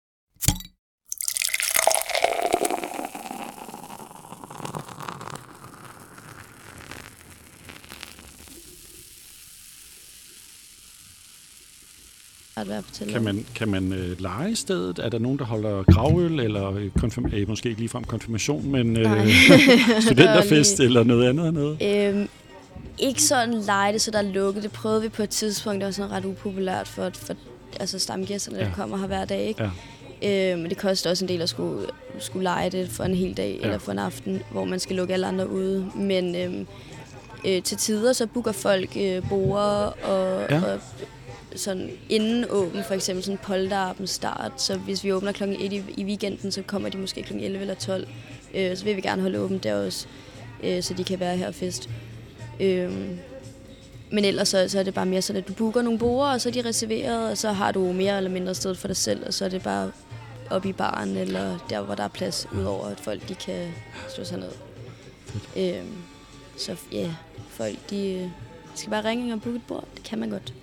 S5: Kan man, kan man øh, lege i stedet? Er der nogen, der holder gravøl, eller konfirm- øh, måske ikke ligefrem konfirmation, men øh, studenterfest eller noget andet? Noget?
S6: Øhm, ikke sådan lege det, så der er lukket. Det prøvede vi på et tidspunkt, det var sådan ret upopulært for, for altså stamgæsterne, der ja. kommer her hver dag. Ikke? Ja. Øhm, det koster også en del at skulle, skulle lege det for en hel dag ja. eller for en aften, hvor man skal lukke alle andre ude. Men øhm, øh, til tider så booker folk øh, borde og... Ja. og sådan inden åben, for eksempel sådan polterappen start, så hvis vi åbner klokken et i, i weekenden, så kommer de måske klokken elleve eller tolv. Øh, så vil vi gerne holde åbent der også, øh, så de kan være her og fest. Øh, men ellers så, så er det bare mere sådan, at du booker nogle borde, og så er de reserveret, og så har du mere eller mindre sted for dig selv, og så er det bare oppe i baren, eller der, hvor der er plads, udover at folk de kan stå sig ned. Øh, så ja, yeah, folk de skal bare ringe og booke et bord, det kan man godt.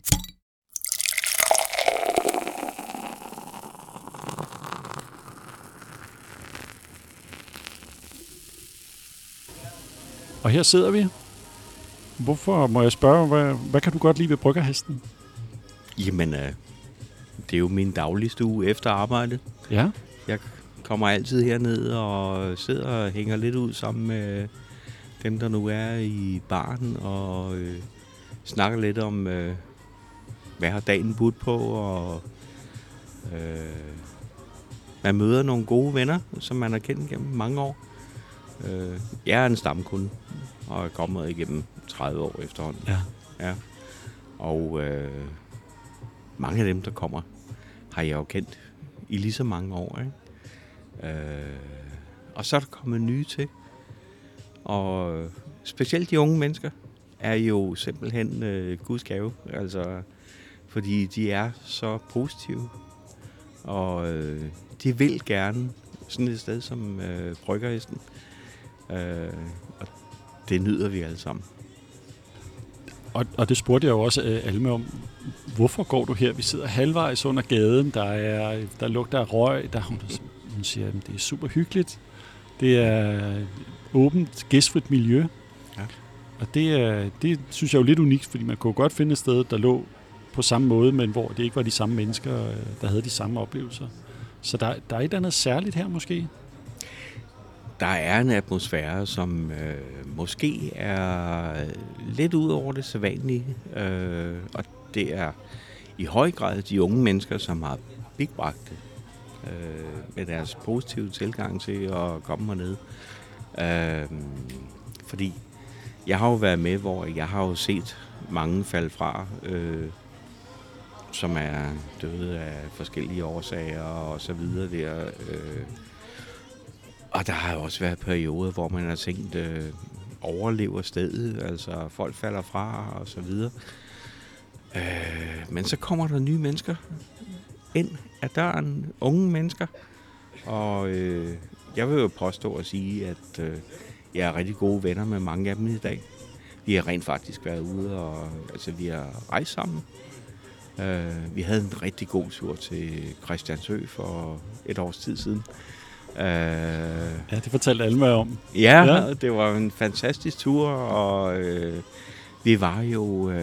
S5: Og her sidder vi. Hvorfor, må jeg spørge, hvad, hvad kan du godt lide ved Bryggerhesten?
S7: Jamen, øh, det er jo min dagligste uge efter arbejde.
S5: Ja.
S7: Jeg kommer altid herned og sidder og hænger lidt ud sammen med dem, der nu er i baren, og øh, snakker lidt om, øh, hvad har dagen budt på, og øh, man møder nogle gode venner, som man har kendt gennem mange år. Øh, jeg er en stamkunde, og er kommet igennem tredive år efterhånden.
S5: Ja.
S7: Ja. Og øh, mange af dem, der kommer, har jeg jo kendt i lige så mange år. Ikke? Øh, og så er der kommet nye til. Og specielt de unge mennesker er jo simpelthen øh, Guds gave. Altså, fordi de er så positive. Og øh, de vil gerne sådan et sted som øh, Bryggerhesten. Øh, og det nyder vi alle sammen.
S5: Og, og det spurgte jeg jo også uh, Alme om. Hvorfor går du her? Vi sidder halvvejs under gaden. Der, er, der lugter af røg. Der, hun, hun siger, at det er super hyggeligt. Det er åbent, gæstfrit miljø. Ja. Og det, er, det synes jeg er jo lidt unikt, fordi man kunne godt finde et sted, der lå på samme måde, men hvor det ikke var de samme mennesker, der havde de samme oplevelser. Så der, der er et andet særligt her måske?
S7: Der er en atmosfære, som øh, måske er lidt ud over det sædvanlige, øh, og det er i høj grad de unge mennesker, som har bibragt det øh, med deres positive tilgang til at komme herned. Øh, fordi jeg har jo været med, hvor jeg har jo set mange falde fra, øh, som er døde af forskellige årsager og så videre der. Øh, og der har jo også været perioder, hvor man har tænkt, øh, overlever stedet, altså folk falder fra og så videre. Øh, men så kommer der nye mennesker ind ad døren, unge mennesker, og øh, jeg vil jo påstå at sige, at øh, jeg er rigtig gode venner med mange af dem i dag. Vi har rent faktisk været ude, og altså, vi har rejst sammen. Uh, vi havde en rigtig god tur til Christiansø for et års tid siden. Uh,
S5: ja, det fortalte Alma om.
S7: Ja, ja, det var en fantastisk tur, og uh, vi var jo uh,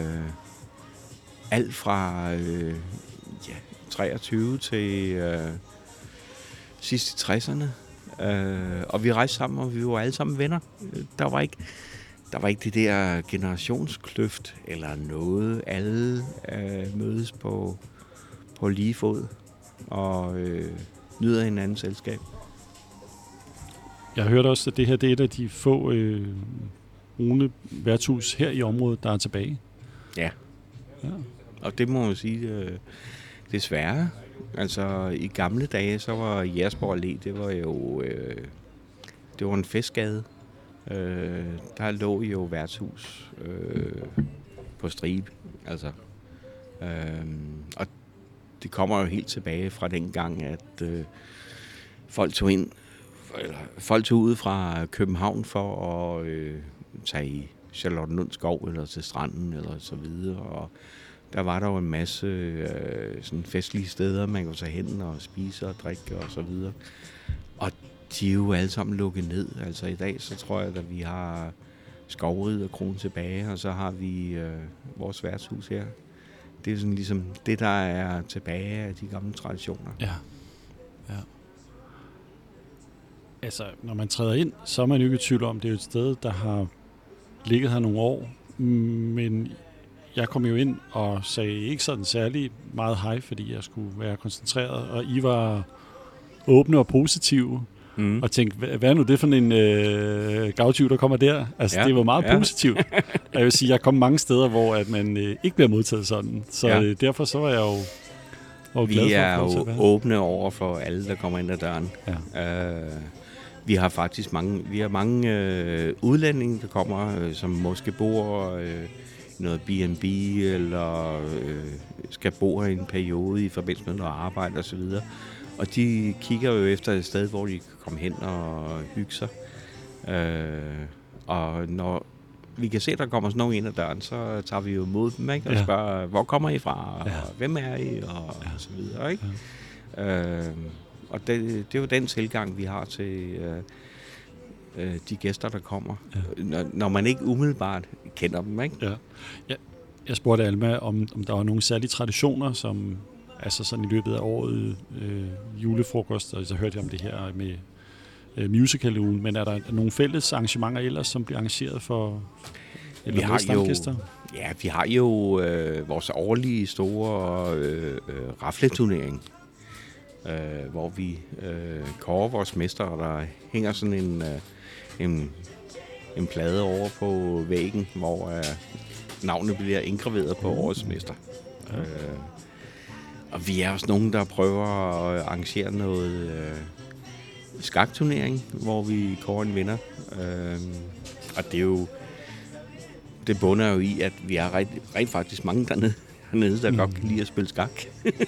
S7: alt fra uh, ja, treogtyve til uh, sidst i tresserne. Øh, og vi rejste sammen, og vi var alle sammen venner. Der var ikke, der var ikke det der generationskløft eller noget. Alle øh, mødes på, på lige fod og øh, nyder hinandens selskab.
S5: Jeg har hørt også, at det her det er et af de få øh, brune værtshus her i området, der er tilbage.
S7: Ja. ja. Og det må man sige, øh, desværre. Altså, i gamle dage, så var Jægersborg Allé, det var jo øh, det var en festgade. Øh, der lå jo værtshus øh, på stribe. Altså. Øh, og det kommer jo helt tilbage fra den gang, at øh, folk tog ind, eller folk tog ud fra København for at øh, tage i Charlottenlund Skov eller til stranden eller så videre. Og der var der jo en masse øh, sådan festlige steder, man kunne tage hen og spise og drikke og så videre. Og de er jo alle sammen lukket ned. Altså i dag, så tror jeg, at vi har Skovrid og Kron tilbage, og så har vi øh, vores værtshus her. Det er sådan ligesom det, der er tilbage af de gamle traditioner.
S5: Ja. ja. Altså, når man træder ind, så er man jo ikke i tvivl om, det er jo et sted, der har ligget her nogle år. Men jeg kom jo ind og sagde ikke sådan særlig meget hej, fordi jeg skulle være koncentreret, og I var åbne og positive. Mm. Og tænkte, hvad, hvad er nu det for en øh, gavtyv, der kommer der? Altså, ja, det var meget ja. positivt. Jeg vil sige, jeg kom mange steder, hvor at man øh, ikke bliver modtaget sådan. Så ja. øh, derfor så var jeg jo var
S7: Vi
S5: glad for,
S7: er jo åbne over for alle, der kommer ind ad døren. Ja. Øh, vi har faktisk mange, vi har mange øh, udlændinge, der kommer, øh, som måske bor øh, i noget B and B, eller øh, skal bo her i en periode i forbindelse med noget arbejde osv. Og de kigger jo efter et sted, hvor de kan komme hen og hygge sig. Øh, og når vi kan se, at der kommer sådan nogen ind ad døren, så tager vi jo imod dem, ikke? Og ja. spørger, hvor kommer I fra? Og ja. hvem er I? Og, ja. og så videre, ikke? Ja. Øh, og det, det er jo den tilgang, vi har til øh, øh, de gæster, der kommer. Ja. Når, når man ikke umiddelbart kender dem, ikke?
S5: Ja. Ja. Jeg spurgte Alma, om, om der var nogle særlige traditioner, som altså sådan i løbet af året, øh, julefrokost, og så hørte jeg om det her med øh, musical-ugen, men er der nogle fælles arrangementer ellers, som bliver arrangeret for
S7: vi har jo, ja, vi har jo øh, vores årlige store øh, øh, rafleturnering, øh, hvor vi øh, kårer vores mester, og der hænger sådan en, øh, en, en plade over på væggen, hvor øh, navnet bliver indgraveret på årets mester. Ja. Øh, Og vi er også nogen, der prøver at arrangere noget øh, skakturnering, hvor vi kårer en vinder. Øh, og det er jo, det bunder jo i, at vi er rent, rent faktisk mange dernede, dernede der mm. godt kan lide at spille skak.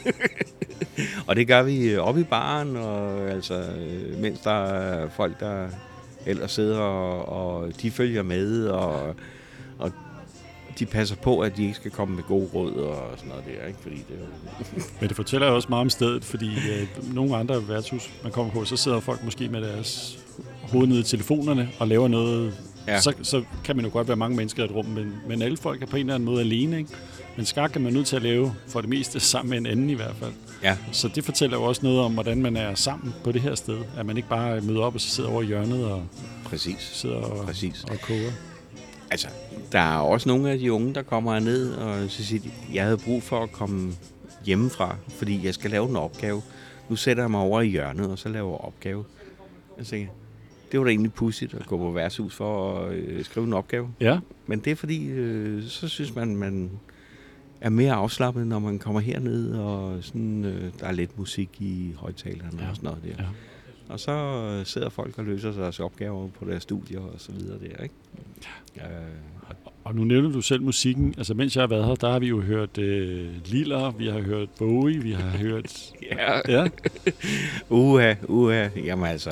S7: Og det gør vi oppe i baren, og altså, mens der er folk, der ellers sidder, og, og de følger med, og, og de passer på, at de ikke skal komme med gode råd og sådan noget der, ikke? Fordi det er...
S5: Men det fortæller jo også meget om stedet, fordi øh, nogle andre værtshus, man kommer på, så sidder folk måske med deres hoved nede i telefonerne og laver noget. Ja. Så, så kan man jo godt være mange mennesker i et rum, men, men alle folk er på en eller anden måde alene, ikke? Men skak er man nødt til at lave for det meste sammen med en anden i hvert fald.
S7: Ja.
S5: Så det fortæller jo også noget om, hvordan man er sammen på det her sted. At man ikke bare møder op og så sidder over i hjørnet og
S7: Præcis.
S5: sidder og,
S7: Præcis.
S5: og koger.
S7: Altså, der er også nogle af de unge, der kommer herned og så siger, jeg havde brug for at komme hjemmefra, fordi jeg skal lave en opgave. Nu sætter jeg mig over i hjørnet, og så laver jeg opgave. Jeg tænker, det var da egentlig pudsigt at gå på værtshus for at øh, skrive en opgave.
S5: Ja.
S7: Men det er fordi, øh, så synes man, man er mere afslappet, når man kommer herned, og sådan, øh, der er lidt musik i højtalerne ja. og sådan noget der. Ja. Og så sidder folk og løser deres opgaver på deres studier og så videre der, ikke? Ja.
S5: Øh, og nu nævner du selv musikken. Altså, mens jeg har været her, der har vi jo hørt øh, Liller, vi har hørt Bowie, vi har hørt...
S7: ja.
S5: ja.
S7: uha, uha. Jamen altså...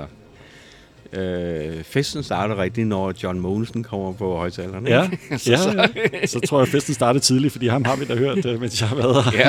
S7: Øh, festen starter rigtigt, når John Mogensen kommer på højtalerne.
S5: Ja, så, ja, så. ja. Så tror jeg, festen starter tidligt, fordi ham har vi da hørt, øh, mens jeg har været her.
S7: Ja.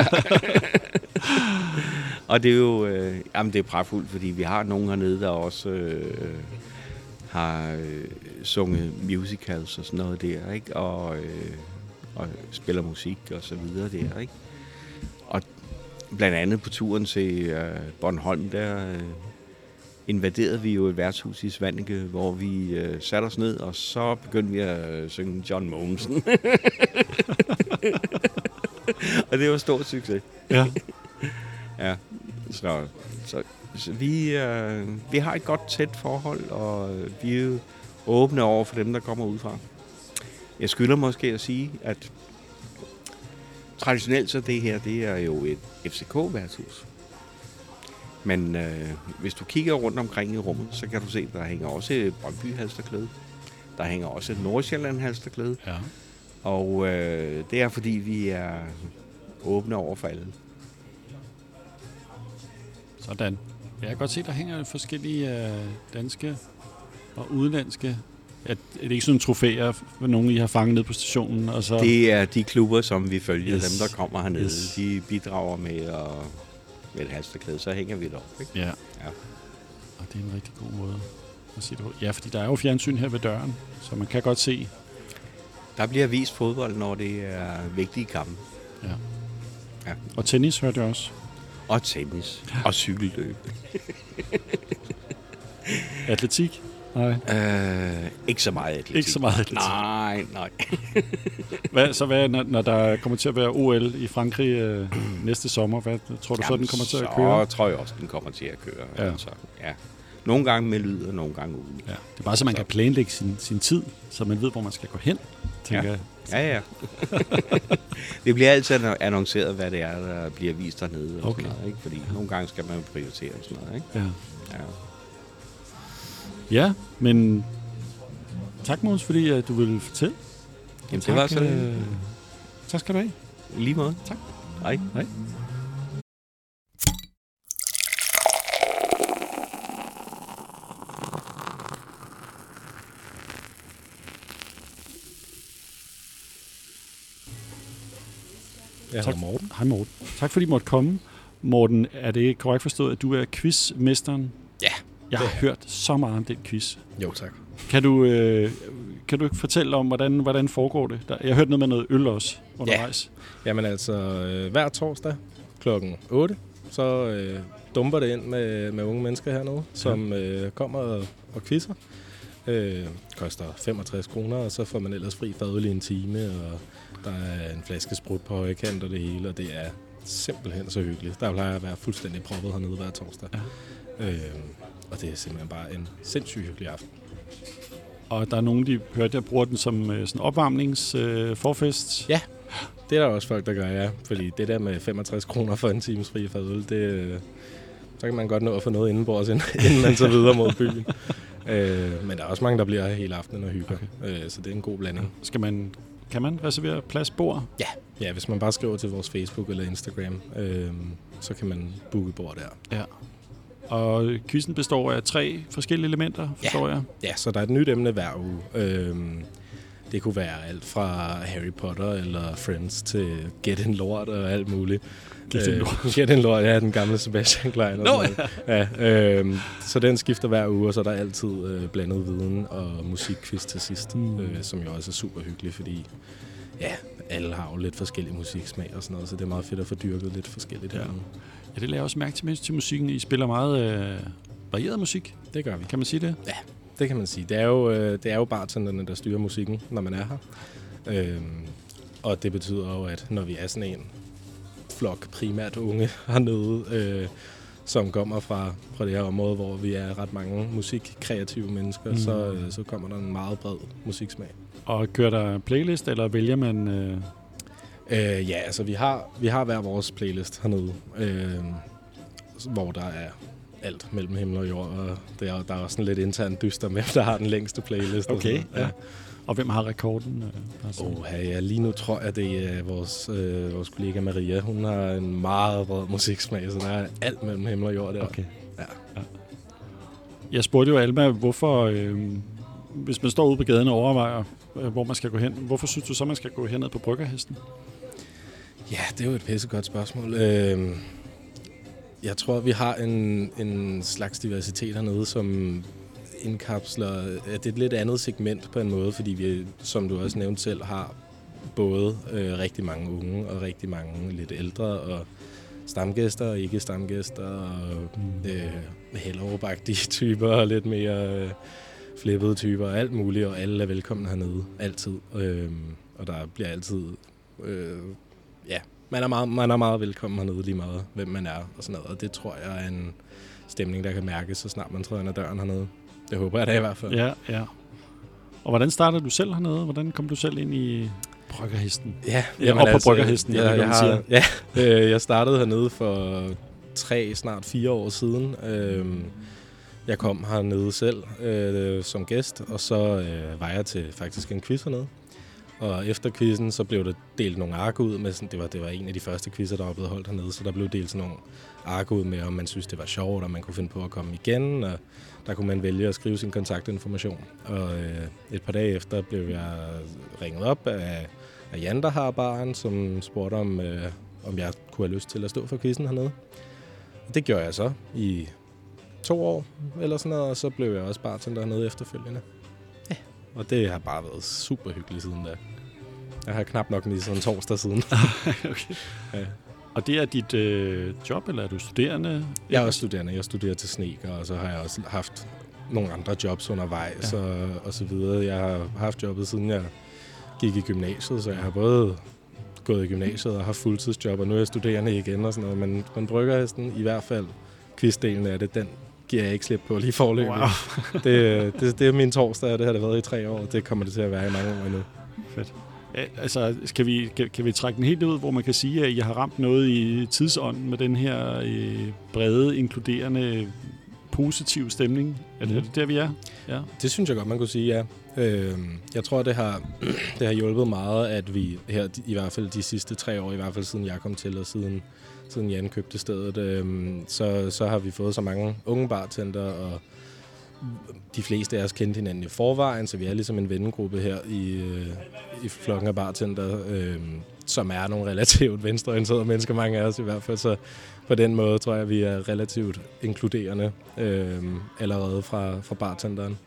S7: Og det er jo øh, jamen det er pragtfuldt, fordi vi har nogen hernede, der også øh, har øh, sunget musicals og sådan noget der, ikke? Og, øh, og spiller musik og så videre der, ikke? Og blandt andet på turen til øh, Bornholm, der øh, invaderede vi jo et værtshus i Svanike, hvor vi øh, satte os ned, og så begyndte vi at øh, synge John Mogensen. Og det var stor succes.
S5: Ja.
S7: Ja, så, så, så vi, øh, vi har et godt tæt forhold, og vi er jo åbne over for dem, der kommer udefra. Jeg skylder måske at sige, at traditionelt så det her, det er jo et F C K-værtshus. Men øh, hvis du kigger rundt omkring i rummet, så kan du se, at der hænger også et Brøndby-halsterklæde. Der hænger også et Nordsjælland-halsterklæde.
S5: Ja.
S7: Og øh, det er, fordi vi er åbne over for alle.
S5: Sådan. Jeg kan godt se, der hænger forskellige øh, danske og udenlandske. Er det ikke sådan trofæer, hvad nogen I har fanget ned på stationen? Og så...
S7: Det er de klubber, som vi følger, yes. Dem der kommer hernede.
S5: Yes.
S7: De bidrager med, at, med et halsterklæde, så hænger vi det op. Ikke?
S5: Ja. Ja. Og det er en rigtig god måde at sige det på. Ja, fordi der er jo fjernsyn her ved døren, så man kan godt se.
S7: Der bliver vist fodbold, når det er vigtige kampe.
S5: Ja.
S7: Ja.
S5: Og tennis hørte jeg også.
S7: Og tennis. Ja. Og cykelløb.
S5: Atletik? Nej.
S7: Øh, ikke så meget atletik.
S5: Ikke så meget atletik.
S7: Nej, nej.
S5: hvad, så hvad, når, når der kommer til at være O L i Frankrig øh, næste sommer, hvad tror du Jamen, så, den kommer til at køre?
S7: Så tror jeg også, den kommer til at køre. Ja. Altså, ja. Nogle gange med lyd, og nogle gange uden.
S5: Ja. Det er bare så, man kan planlægge sin, sin tid, så man ved, hvor man skal gå hen, tænker
S7: ja.
S5: jeg.
S7: Ja, ja. Det bliver altid annonceret, hvad det er, der bliver vist dernede. Og
S5: okay.
S7: Sådan noget, ikke? Fordi nogle gange skal man prioritere og sådan noget. Ikke?
S5: Ja.
S7: Ja.
S5: Ja, men tak, Måns, fordi uh, du ville fortælle.
S7: Jamen, tak, det var så
S5: øh, tak skal du have.
S7: I lige måde.
S5: Tak.
S7: Hej.
S5: Hej.
S4: Ja,
S5: tak.
S4: Morten.
S5: Hej Morten. Tak fordi I måtte komme. Morten, er det korrekt forstået, at du er quizmesteren?
S4: Ja.
S5: Jeg har hørt så meget om den quiz.
S4: Jo, tak.
S5: Kan du, øh, kan du ikke fortælle om, hvordan, hvordan foregår det? Jeg har hørt noget med noget øl også undervejs.
S4: Ja. Jamen altså, øh, hver torsdag klokken otte, så øh, dumper det ind med, med unge mennesker hernede, som øh, kommer og, og quizzer. Øh, koster femogtres kroner, og så får man ellers fri fadøl i en time, og der er en flaske sprut på højkant og det hele, og det er simpelthen så hyggeligt. Der plejer at være fuldstændig proppet hernede hver torsdag. Ja. Øh, og det er simpelthen bare en sindssygt hyggelig aften.
S5: Og der er nogen, de hørte, jeg bruger den som øh, sådan opvarmningsforfest.
S4: Øh, ja, det er der også folk, der gør, ja. Fordi det der med femogtres kroner for en times fri fadøl, det, så kan man godt nå at få noget indenbords, inden man så videre mod byen. øh, men der er også mange, der bliver her hele aftenen og hygger. Okay. Øh, så det er en god blanding.
S5: Skal man, kan man reservere plads bord?
S4: Ja. ja, hvis man bare skriver til vores Facebook eller Instagram, øh, så kan man booke bord der.
S5: Ja. Og quizzen består af tre forskellige elementer, forstår
S4: ja.
S5: jeg?
S4: Ja, så der er et nyt emne hver uge. Øhm, det kunne være alt fra Harry Potter eller Friends til Get in Lord og alt muligt.
S5: Get in Lord.
S4: Øh, Get in Lord, ja, den gamle Sebastian Klein.
S5: Nå,
S4: ja. ja øhm, så den skifter hver uge, og så er der altid øh, blandet viden og musikquiz til sidst, mm. øh, som jo også er super hyggeligt, fordi ja, alle har jo lidt forskellige musiksmag og sådan noget, så det er meget fedt at få dyrket lidt forskelligt
S5: ja.
S4: her.
S5: Ja, det lader jeg også mærke til, til musikken. I spiller meget øh, varieret musik.
S4: Det gør vi.
S5: Kan man sige det?
S4: Ja, det kan man sige. Det er jo, øh, det er jo bartenderne, der styrer musikken, når man er her. Øhm, og det betyder jo, at når vi er sådan en flok primært unge hernede, øh, som kommer fra, fra det her område, hvor vi er ret mange musikkreative mennesker, mm. så, øh, så kommer der en meget bred musiksmag.
S5: Og kører der playlist, eller vælger man... Øh
S4: Øh, ja, altså vi har, vi har hver vores playlist hernede, øh, hvor der er alt mellem himmel og jord, og der er, der er også sådan lidt internt dyster med, der har den længste playlist.
S5: Okay,
S4: og
S5: ja. ja. Og hvem har rekorden?
S4: Åh, oh, ja, lige nu tror jeg, det er vores, øh, vores kollega Maria. Hun har en meget bred musiksmag, så der er alt mellem himmel og jord der.
S5: Okay.
S4: Ja.
S5: Ja. Jeg spurgte jo Alma, hvorfor, øh, hvis man står ude på gaden og overvejer, øh, hvor man skal gå hen, hvorfor synes du så, man skal gå henad på Bryggerhesten?
S4: Ja, det er jo et pissegodt spørgsmål. Øh, jeg tror, vi har en, en slags diversitet hernede, som indkapsler... Det er et lidt andet segment på en måde, fordi vi, som du også nævnte selv, har både øh, rigtig mange unge og rigtig mange lidt ældre, og stamgæster og ikke stamgæster, og øh, helleråbagtige typer, og lidt mere øh, flippede typer, og alt muligt, og alle er velkommen hernede, altid. Øh, og der bliver altid, øh, ja, man er, meget, man er meget velkommen hernede, lige meget hvem man er, og sådan noget. Og det tror jeg er en stemning, der kan mærkes, så snart man træder ind ad døren hernede. Det håber jeg da i hvert fald.
S5: Ja, ja. Og hvordan startede du selv hernede? Hvordan kom du selv ind i Bryggerhesten?
S4: Ja,
S5: ja op altså, på Bryggerhesten.
S4: Ja, jeg, jeg, har, ja øh, jeg startede hernede for tre, snart fire år siden. Øh, jeg kom hernede selv øh, som gæst, og så øh, var jeg til faktisk en quiz hernede. Og efter quizzen, så blev der delt nogle ark ud med sådan, det var, det var en af de første quizzer, der var blevet holdt hernede, så der blev delt sådan nogle ark ud med, om man synes, det var sjovt, og man kunne finde på at komme igen, og der kunne man vælge at skrive sin kontaktinformation. Og øh, et par dage efter blev jeg ringet op af, af Jan, der har baren, som spurgte om, øh, om jeg kunne have lyst til at stå for quizzen hernede. Og det gjorde jeg så i to år, eller sådan noget, og så blev jeg også bartender hernede efterfølgende. Ja. Og det har bare været super hyggeligt siden da. Jeg har knap nok lige sådan torsdag siden.
S5: Okay. Ja. Og det er dit øh, job, eller er du studerende?
S4: Jeg er også studerende. Jeg studerer til snedker, og så har jeg også haft nogle andre jobs undervejs, ja. og, og så videre. Jeg har haft jobbet, siden jeg gik i gymnasiet, så jeg har både gået i gymnasiet og haft fuldtidsjob, og nu er jeg studerende igen og sådan noget. Men, men Bryggerhesten, i hvert fald quizdelen af det, den giver jeg ikke slip på lige forløbet. Wow. det, det, det er min torsdag, og det har det været i tre år. Det kommer det til at være i mange år endnu.
S5: Fedt. Altså, kan vi, kan, kan vi trække den helt ud, hvor man kan sige, at I har ramt noget i tidsånden med den her øh, brede, inkluderende, positive stemning? Er det, mm. er det der, vi er? Ja.
S4: Det synes jeg godt, man kunne sige, ja. Øh, jeg tror, det har, det har hjulpet meget, at vi her, i hvert fald de sidste tre år, i hvert fald siden jeg kom til, og siden, siden Jan købte stedet, øh, så, så har vi fået så mange unge bartender, og de fleste af os kendte hinanden i forvejen, så vi er ligesom en vennegruppe her i, øh, i flokken af bartender, øh, som er nogle relativt venstreorienterede mennesker, mange af os i hvert fald. Så på den måde tror jeg, vi er relativt inkluderende øh, allerede fra, fra bartenderen.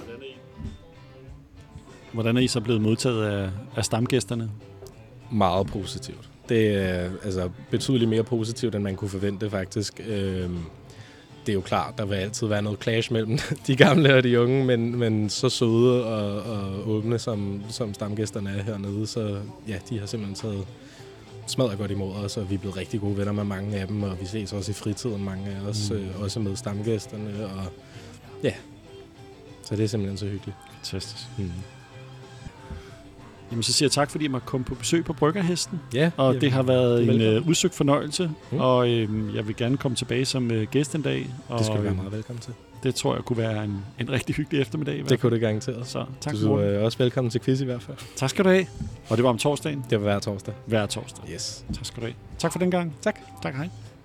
S5: Hvordan er I så blevet modtaget af, af stamgæsterne?
S4: Meget positivt. Det er altså betydeligt mere positivt, end man kunne forvente faktisk. Øh, Det er jo klart, der vil altid være noget clash mellem de gamle og de unge, men, men så søde og, og åbne, som, som stamgæsterne er hernede, så ja, de har simpelthen taget smadret godt imod os, og vi er blevet rigtig gode venner med mange af dem, og vi ses også i fritiden, mange af os, mm. øh, også med stamgæsterne, og ja, så det er simpelthen så hyggeligt.
S5: Fantastisk. Mm. Jamen, så siger jeg tak, fordi jeg måtte komme på besøg på Bryggerhesten.
S4: Ja,
S5: og
S4: ja,
S5: det har været
S4: velkommen.
S5: en uh, udsøgt fornøjelse, mm. og øh, jeg vil gerne komme tilbage som uh, gæst en dag. Og,
S4: det skal du være meget velkommen til.
S5: Det tror jeg kunne være en, en rigtig hyggelig eftermiddag.
S4: Det kunne det garanteret.
S5: Så tak
S4: du er øh, også velkommen til quiz i hvert fald.
S5: Tak skal du have. Og det var om torsdagen?
S4: Det var hver torsdag.
S5: Hver torsdag.
S4: Yes.
S5: Tak skal du have. Tak for den gang.
S4: Tak.
S5: Tak, hej.